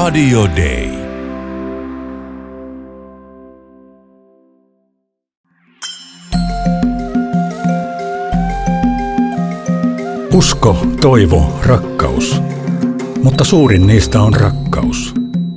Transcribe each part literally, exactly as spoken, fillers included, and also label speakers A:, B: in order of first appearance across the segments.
A: Radio Day. Usko, toivo, rakkaus. Mutta suurin niistä on rakkaus.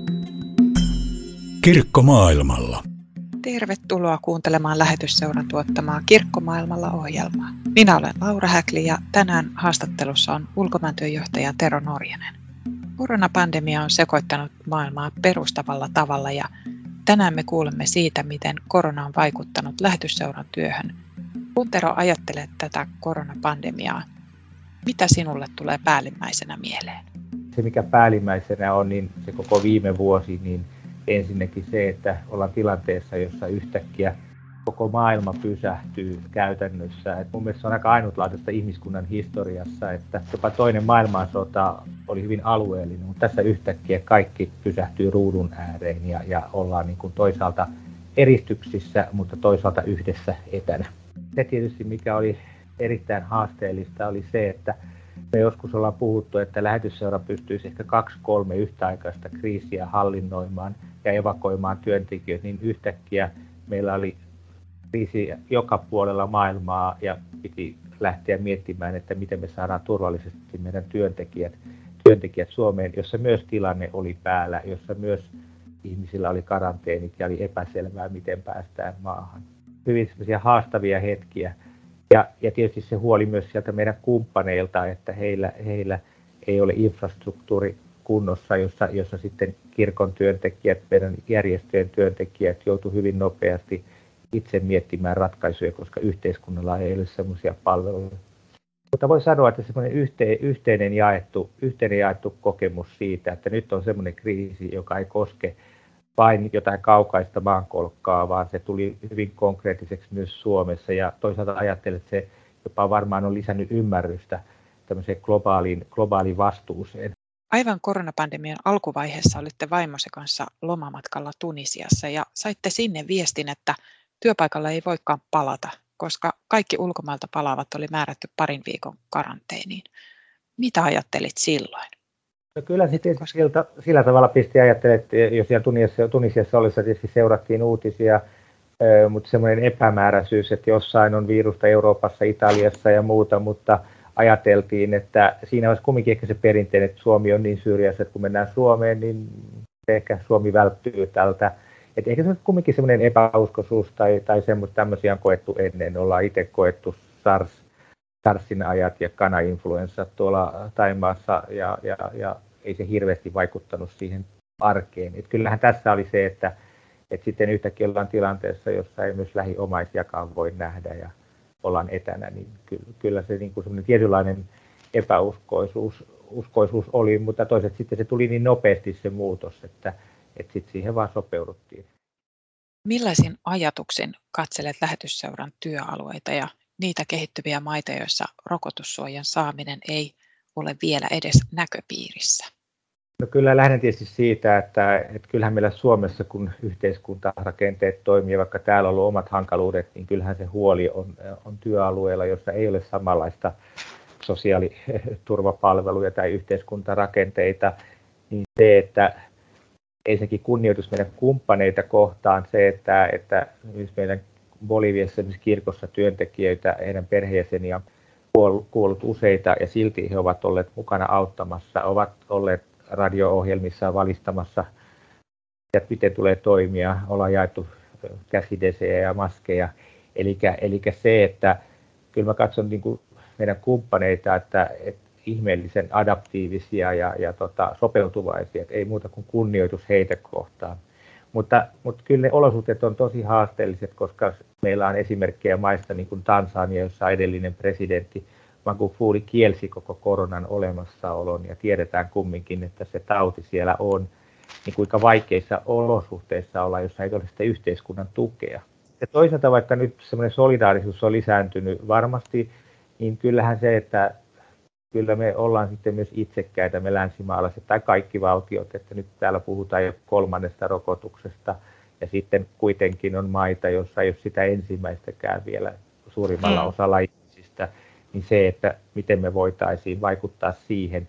A: Kirkko maailmalla.
B: Tervetuloa kuuntelemaan Lähetysseuran tuottamaa Kirkko maailmalla -ohjelmaa. Minä olen Laura Häkli ja tänään haastattelussa on ulkomaantyönjohtaja Tero Norjanen. Koronapandemia on sekoittanut maailmaa perustavalla tavalla ja tänään me kuulemme siitä, miten korona on vaikuttanut Lähetysseuran työhön. Kun Tero ajattelet tätä koronapandemiaa, mitä sinulle tulee päällimmäisenä mieleen?
C: Se mikä päällimmäisenä on, niin se koko viime vuosi, niin ensinnäkin se, että ollaan tilanteessa, jossa yhtäkkiä koko maailma pysähtyy käytännössä. Et mun mielestä se on aika ainutlaatuista ihmiskunnan historiassa, että jopa toinen maailmansota oli hyvin alueellinen, mutta tässä yhtäkkiä kaikki pysähtyy ruudun ääreen ja, ja ollaan niin kuin toisaalta eristyksissä, mutta toisaalta yhdessä etänä. Se tietysti, mikä oli erittäin haasteellista, oli se, että me joskus ollaan puhuttu, että lähetysseura pystyisi ehkä kaksi kolme yhtäaikaista kriisiä hallinnoimaan ja evakuoimaan työntekijöitä, niin yhtäkkiä meillä oli kriisi joka puolella maailmaa ja piti lähteä miettimään, että miten me saadaan turvallisesti meidän työntekijät, työntekijät Suomeen, jossa myös tilanne oli päällä, jossa myös ihmisillä oli karanteenit ja oli epäselvää, miten päästään maahan. Hyvin sellaisia haastavia hetkiä. Ja, ja tietysti se huoli myös sieltä meidän kumppaneilta, että heillä, heillä ei ole infrastruktuuri kunnossa, jossa, jossa sitten kirkon työntekijät, meidän järjestöjen työntekijät joutuivat hyvin nopeasti itse miettimään ratkaisuja, koska yhteiskunnalla ei ole sellaisia palveluja. Mutta voi sanoa, että semmoinen yhteinen jaettu, yhteinen jaettu kokemus siitä, että nyt on semmoinen kriisi, joka ei koske vain jotain kaukaista maankolkkaa, vaan se tuli hyvin konkreettiseksi myös Suomessa. Ja toisaalta ajattelen, että se jopa varmaan on lisännyt ymmärrystä tämmöiseen globaaliin, globaaliin vastuuseen.
B: Aivan koronapandemian alkuvaiheessa olitte vaimose kanssa lomamatkalla Tunisiassa ja saitte sinne viestin, että työpaikalla ei voikaan palata, koska kaikki ulkomailta palaavat oli määrätty parin viikon karanteeniin. Mitä ajattelit silloin?
C: No kyllä sitten sillä, sillä tavalla pisti ajattelemaan, että jos siellä Tunisiassa, Tunisiassa ollessa tietysti seurattiin uutisia, mutta semmoinen epämääräisyys, että jossain on virusta Euroopassa, Italiassa ja muuta, mutta ajateltiin, että siinä olisi kumminkin ehkä se perinteinen, että Suomi on niin syrjässä, että kun mennään Suomeen, niin ehkä Suomi välttyy tältä. Että ehkä se on kumminkin semmoinen epäuskoisuus tai, tai semmoista tämmöisiä on koettu ennen. Ollaan itse koettu SARS, SARSin ajat ja kana-influenssat tuolla Thaimaassa ja, ja, ja ei se hirveästi vaikuttanut siihen arkeen. Et kyllähän tässä oli se, että, että sitten yhtäkkiä ollaan tilanteessa, jossa ei myös lähiomaisiakaan voi nähdä ja ollaan etänä, niin kyllä se niin kuin semmoinen tietynlainen epäuskoisuus uskoisuus oli, mutta toiset sitten se tuli niin nopeasti se muutos, että, että sitten siihen vaan sopeuduttiin.
B: Millaisin ajatuksin katselet Lähetysseuran työalueita ja niitä kehittyviä maita, joissa rokotussuojan saaminen ei ole vielä edes näköpiirissä?
C: No kyllä lähden tietysti siitä, että, että kyllähän meillä Suomessa, kun yhteiskuntarakenteet toimii, vaikka täällä on ollut omat hankaluudet, niin kyllähän se huoli on, on työalueella, jossa ei ole samanlaista sosiaaliturvapalveluja tai yhteiskuntarakenteita, niin se, että ensinnäkin kunnioitus meidän kumppaneita kohtaan, se, että, että meidän Boliviassa esimerkiksi kirkossa työntekijöitä, heidän perheenjäseniä on kuollut useita ja silti he ovat olleet mukana auttamassa, ovat olleet radio-ohjelmissa valistamassa, että miten tulee toimia, ollaan jaettu käsidesejä ja maskeja. Eli, eli se, että kyllä mä katson niin kuin meidän kumppaneita, että, että ihmeellisen adaptiivisia ja, ja tota, sopeutuvaisia, että ei muuta kuin kunnioitus heitä kohtaan. Mutta, mutta kyllä ne olosuhteet on tosi haasteelliset, koska meillä on esimerkkejä maista niin kuin Tansania, jossa edellinen presidentti Magufuli kielsi koko koronan olemassaolon ja tiedetään kumminkin, että se tauti siellä on, niin kuinka vaikeissa olosuhteissa ollaan, jossa ei ole sitä yhteiskunnan tukea. Ja toisaalta vaikka nyt semmoinen solidaarisuus on lisääntynyt varmasti, niin kyllähän se, että kyllä me ollaan sitten myös itsekkäitä, me länsimaalaiset tai kaikki valtiot, että nyt täällä puhutaan jo kolmannesta rokotuksesta ja sitten kuitenkin on maita, joissa ei ole sitä ensimmäistäkään vielä suurimmalla osalla ihmisistä, niin se, että miten me voitaisiin vaikuttaa siihen,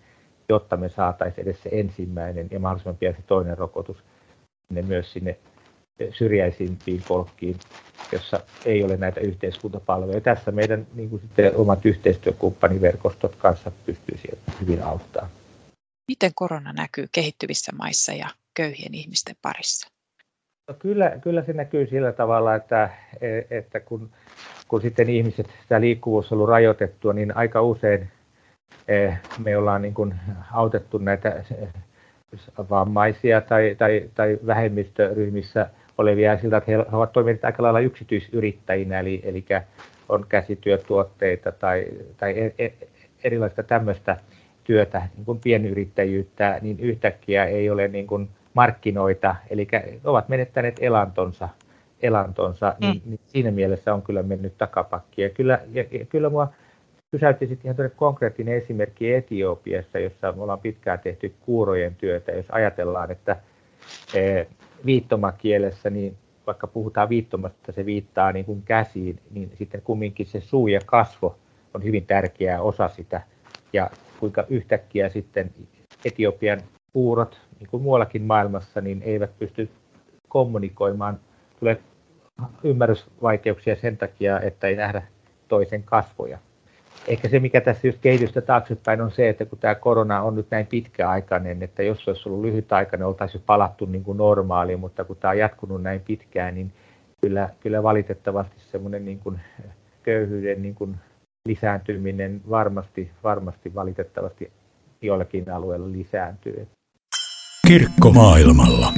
C: jotta me saataisiin edes se ensimmäinen ja mahdollisimman pian se toinen rokotus sinne myös sinne syrjäisimpiin kolkkiin, jossa ei ole näitä yhteiskuntapalveluja. Tässä meidän niin kuin sitten omat yhteistyökumppaniverkostot kanssa pystyy sieltä hyvin auttaa.
B: Miten korona näkyy kehittyvissä maissa ja köyhien ihmisten parissa?
C: No kyllä, kyllä se näkyy sillä tavalla, että, että kun, kun sitten ihmiset, sitä liikkuvuus on ollut rajoitettua, niin aika usein me ollaan niin kuin autettu näitä vammaisia tai, tai, tai vähemmistöryhmissä olevia siltä, että he ovat toimineet aika lailla yksityisyrittäjinä, eli, eli on käsityötuotteita tai, tai erilaista tämmöistä työtä, niin kuin pienyrittäjyyttä, niin yhtäkkiä ei ole niin kuin markkinoita, eli ovat menettäneet elantonsa, elantonsa mm. niin, niin siinä mielessä on kyllä mennyt takapakkia. Kyllä, ja, ja kyllä minua pysäytti sitten ihan konkreettinen esimerkki Etiopiassa, jossa me ollaan pitkään tehty kuurojen työtä. Jos ajatellaan, että e, viittomakielessä, niin vaikka puhutaan viittomasta, se viittaa niin kuin käsiin, niin sitten kumminkin se suu ja kasvo on hyvin tärkeä osa sitä. Ja kuinka yhtäkkiä sitten Etiopian kuurot, niin kuin muuallakin maailmassa, niin eivät pysty kommunikoimaan. Tulee ymmärrysvaikeuksia sen takia, että ei nähdä toisen kasvoja. Ehkä se, mikä tässä just kehitystä taaksepäin on se, että kun tämä korona on nyt näin pitkäaikainen, että jos olisi ollut lyhytaikainen, oltaisiin palattu niin kuin normaaliin, mutta kun tämä on jatkunut näin pitkään, niin kyllä, kyllä valitettavasti semmoinen niin kuin köyhyyden niin kuin lisääntyminen varmasti, varmasti valitettavasti joillakin alueilla lisääntyy.
A: Kirkko maailmalla.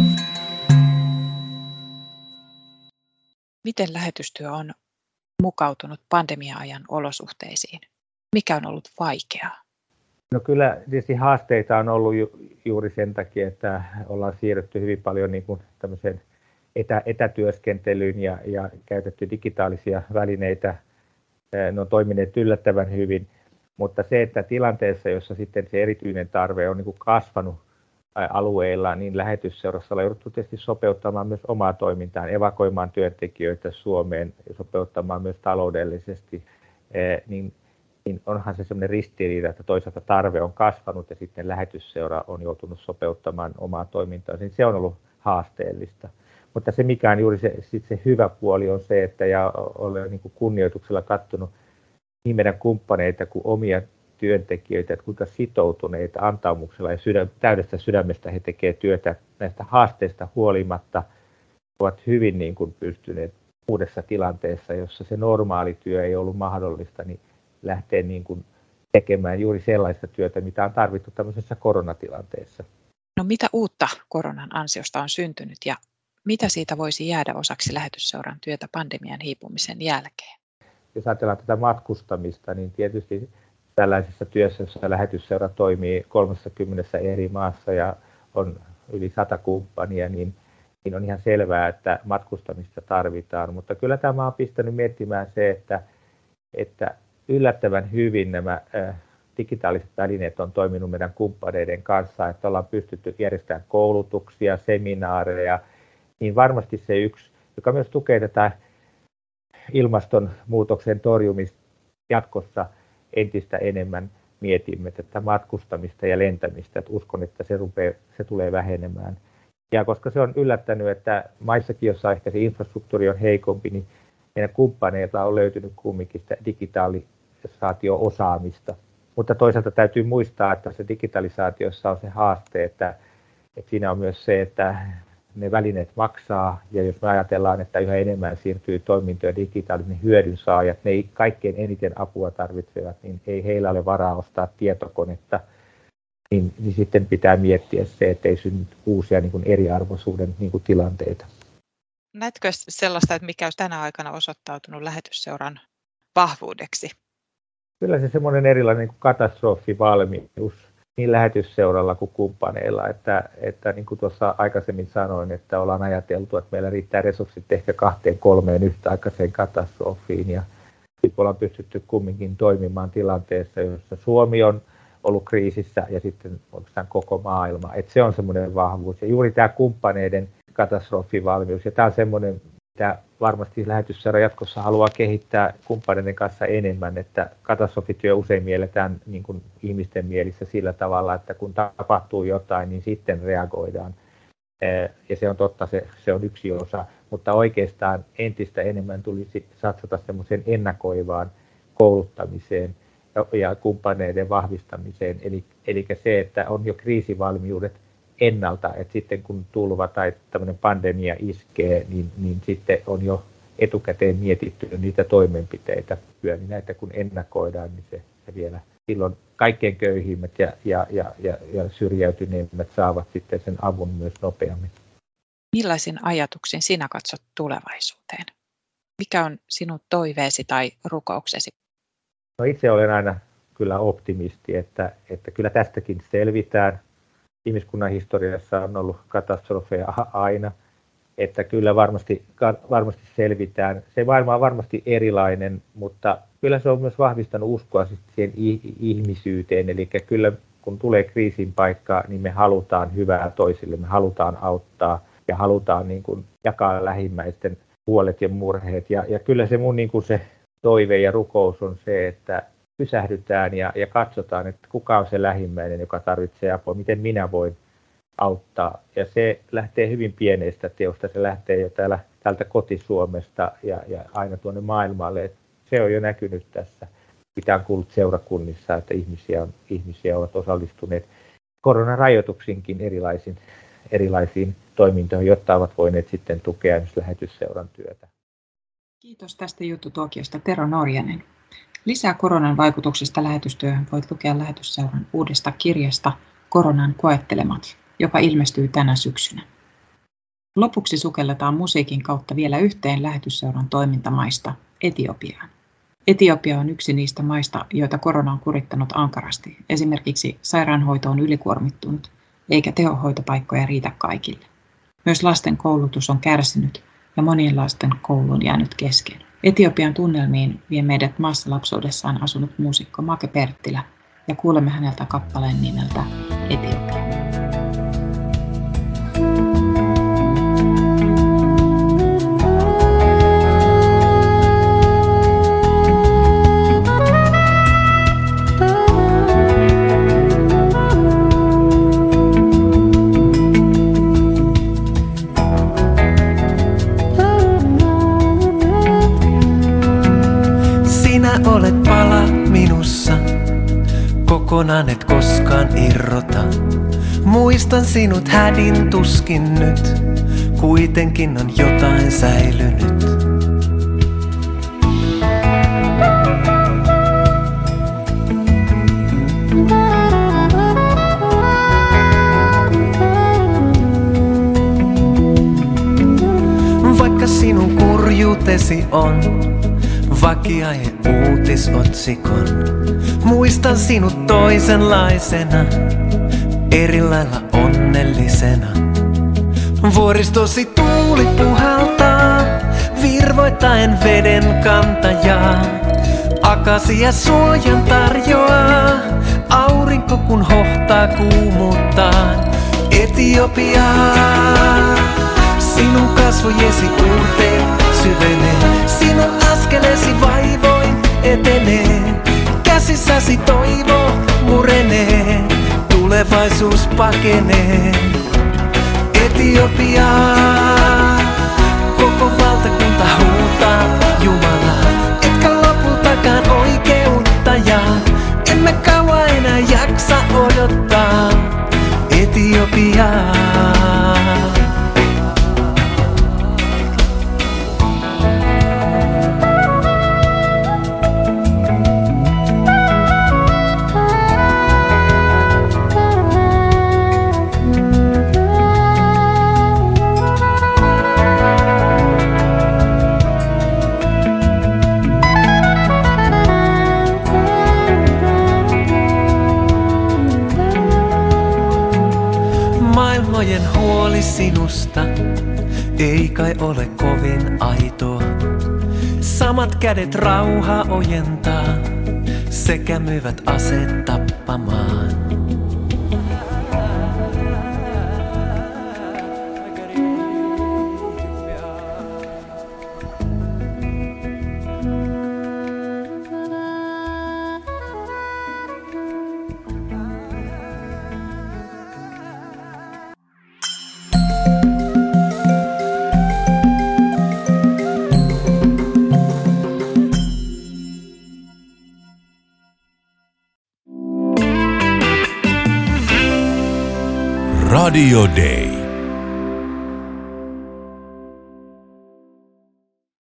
B: Miten lähetystyö on mukautunut pandemia-ajan olosuhteisiin? Mikä on ollut vaikeaa?
C: No kyllä tietysti haasteita on ollut ju, juuri sen takia, että ollaan siirrytty hyvin paljon niin kuin tämmöiseen etä, etätyöskentelyyn ja, ja käytetty digitaalisia välineitä. Ne on toimineet yllättävän hyvin, mutta se, että tilanteessa, jossa sitten se erityinen tarve on niin kuin kasvanut alueilla, niin lähetysseurassa ollaan jouduttu tietysti sopeuttamaan myös omaa toimintaan, evakuoimaan työntekijöitä Suomeen ja sopeuttamaan myös taloudellisesti, niin, niin onhan se sellainen ristiriita, että toisaalta tarve on kasvanut ja sitten lähetysseura on joutunut sopeuttamaan omaa toimintaansa, niin se on ollut haasteellista. Mutta se, mikä on juuri se, sit se hyvä puoli, on se, että ja olen niin kuin kunnioituksella katsonut niin meidän kumppaneita kuin omia työntekijöitä, että kuinka sitoutuneita antaumuksella ja sydä, täydestä sydämestä he tekevät työtä näistä haasteista huolimatta, ovat hyvin niin kuin pystyneet uudessa tilanteessa, jossa se normaali työ ei ollut mahdollista, niin lähteä niin kuin tekemään juuri sellaista työtä, mitä on tarvittu tämmöisessä koronatilanteessa.
B: No mitä uutta koronan ansiosta on syntynyt ja mitä siitä voisi jäädä osaksi lähetysseuran työtä pandemian hiipumisen jälkeen?
C: Jos ajatellaan tätä matkustamista, niin tietysti tällaisessa työssä, jossa lähetysseura toimii kolmekymmentä eri maassa ja on yli sata kumppania, niin, niin on ihan selvää, että matkustamista tarvitaan. Mutta kyllä tämä on pistänyt miettimään se, että, että yllättävän hyvin nämä äh, digitaaliset välineet on toiminut meidän kumppaneiden kanssa, että ollaan pystytty järjestämään koulutuksia, seminaareja, niin varmasti se yksi, joka myös tukee tätä ilmastonmuutoksen torjumista jatkossa entistä enemmän mietimme tätä matkustamista ja lentämistä, että uskon, että se, rupeaa, se tulee vähenemään. Ja koska se on yllättänyt, että maissakin, jossa ehkä se infrastruktuuri on heikompi, niin meidän kumppaneilta on löytynyt kumminkin sitä digitalisaatio-osaamista. Mutta toisaalta täytyy muistaa, että se digitalisaatiossa on se haaste, että, että siinä on myös se, että ne välineet maksaa, ja jos me ajatellaan, että yhä enemmän siirtyy toimintoja digitaalinen hyödyn saajat, ne ei kaikkein eniten apua tarvitsevat, niin ei heillä ole varaa ostaa tietokonetta, niin, niin sitten pitää miettiä se, että ei synny uusia niin kuin eriarvoisuuden niin kuin tilanteita.
B: Näetkö sellaista, että mikä olisi tänä aikana osoittautunut lähetysseuran vahvuudeksi?
C: Kyllä se semmoinen erilainen niin kuin katastrofivalmius niin lähetysseuralla kuin kumppaneilla, että, että niin kuin tuossa aikaisemmin sanoin, että ollaan ajateltu, että meillä riittää resurssit ehkä kahteen kolmeen yhtäaikaiseen katastrofiin, ja nyt ollaan pystytty kumminkin toimimaan tilanteessa, jossa Suomi on ollut kriisissä ja sitten oikeastaan koko maailma, että se on semmoinen vahvuus, ja juuri tämä kumppaneiden katastrofivalmius, ja tämä on semmoinen, Tämä varmasti lähetysseura jatkossa haluaa kehittää kumppaneiden kanssa enemmän, että katastrofityö usein mielletään niin kuin ihmisten mielissä sillä tavalla, että kun tapahtuu jotain, niin sitten reagoidaan. Ja se on totta, se, se on yksi osa, mutta oikeastaan entistä enemmän tulisi satsata semmoiseen ennakoivaan kouluttamiseen ja, ja kumppaneiden vahvistamiseen. Eli, eli se, että on jo kriisivalmiudet ennalta, että sitten kun tulva tai tämmöinen pandemia iskee, niin, niin sitten on jo etukäteen mietitty niitä toimenpiteitä. Niin näitä kun ennakoidaan, niin se, se vielä silloin kaikkein köyhimmät ja, ja, ja, ja, ja syrjäytyneimmät saavat sitten sen avun myös nopeammin.
B: Millaisin ajatuksin sinä katsot tulevaisuuteen? Mikä on sinun toiveesi tai rukouksesi?
C: No itse olen aina kyllä optimisti, että, että kyllä tästäkin selvitään. Ihmiskunnan historiassa on ollut katastrofeja aina, että kyllä varmasti, varmasti selvitään. Se maailma on varmasti erilainen, mutta kyllä se on myös vahvistanut uskoa siihen ihmisyyteen. Eli kyllä kun tulee kriisin paikka, niin me halutaan hyvää toisille, me halutaan auttaa ja halutaan niin kuin jakaa lähimmäisten huolet ja murheet. Ja, ja kyllä se mun niin kuin se toive ja rukous on se, että pysähdytään ja, ja katsotaan, että kuka on se lähimmäinen, joka tarvitsee apua, miten minä voin auttaa. Ja se lähtee hyvin pienestä teosta, se lähtee jo täällä, täältä kotisuomesta ja, ja aina tuonne maailmalle. Et se on jo näkynyt tässä, mitä on kuullut seurakunnissa, että ihmisiä, on, ihmisiä ovat osallistuneet koronarajoituksinkin erilaisiin, erilaisiin toimintoihin, jotta ovat voineet sitten tukea myös lähetysseuran työtä.
B: Kiitos tästä juttutuokiosta, Tero Norjanen. Lisää koronan vaikutuksista lähetystyöhön voit lukea lähetysseuran uudesta kirjasta Koronan koettelemat, joka ilmestyy tänä syksynä. Lopuksi sukelletaan musiikin kautta vielä yhteen lähetysseuran toimintamaista, Etiopiaan. Etiopia on yksi niistä maista, joita korona on kurittanut ankarasti. Esimerkiksi sairaanhoito on ylikuormittunut, eikä tehohoitopaikkoja riitä kaikille. Myös lasten koulutus on kärsinyt ja monien lasten koulu on jäänyt kesken. Etiopian tunnelmiin vie meidät maassa lapsuudessaan asunut muusikko Make Perttilä ja kuulemme häneltä kappaleen nimeltä Etiopia.
D: Olet pala minussa, kokonaan et koskaan irrota. Muistan sinut hädin tuskin nyt, kuitenkin on jotain säilynyt. Vaikka sinun kurjuutesi on vakiahe uutisotsikon. Muistan sinut toisenlaisena, eri lailla onnellisena. Vuoristosi tuuli puhaltaa, virvoittaen veden kantajaa. Akasia suojan tarjoaa, aurinko kun hohtaa kuumuuttaa. Etiopiaa, sinun kasvojesi uurteet syvenee. Sinun askelesi vaivoin etenee, käsissäsi toivo murenee, tulevaisuus pakenee. Etiopiaa, koko valtakunta huutaa Jumalaa, etkä lopultakaan oikeutta jaa. Emme kauan enää jaksa odottaa Etiopiaa. Huoli sinusta ei kai ole kovin aitoa. Samat kädet rauha ojentaa sekä myyvät aseet tappamaan.
A: Radio Day.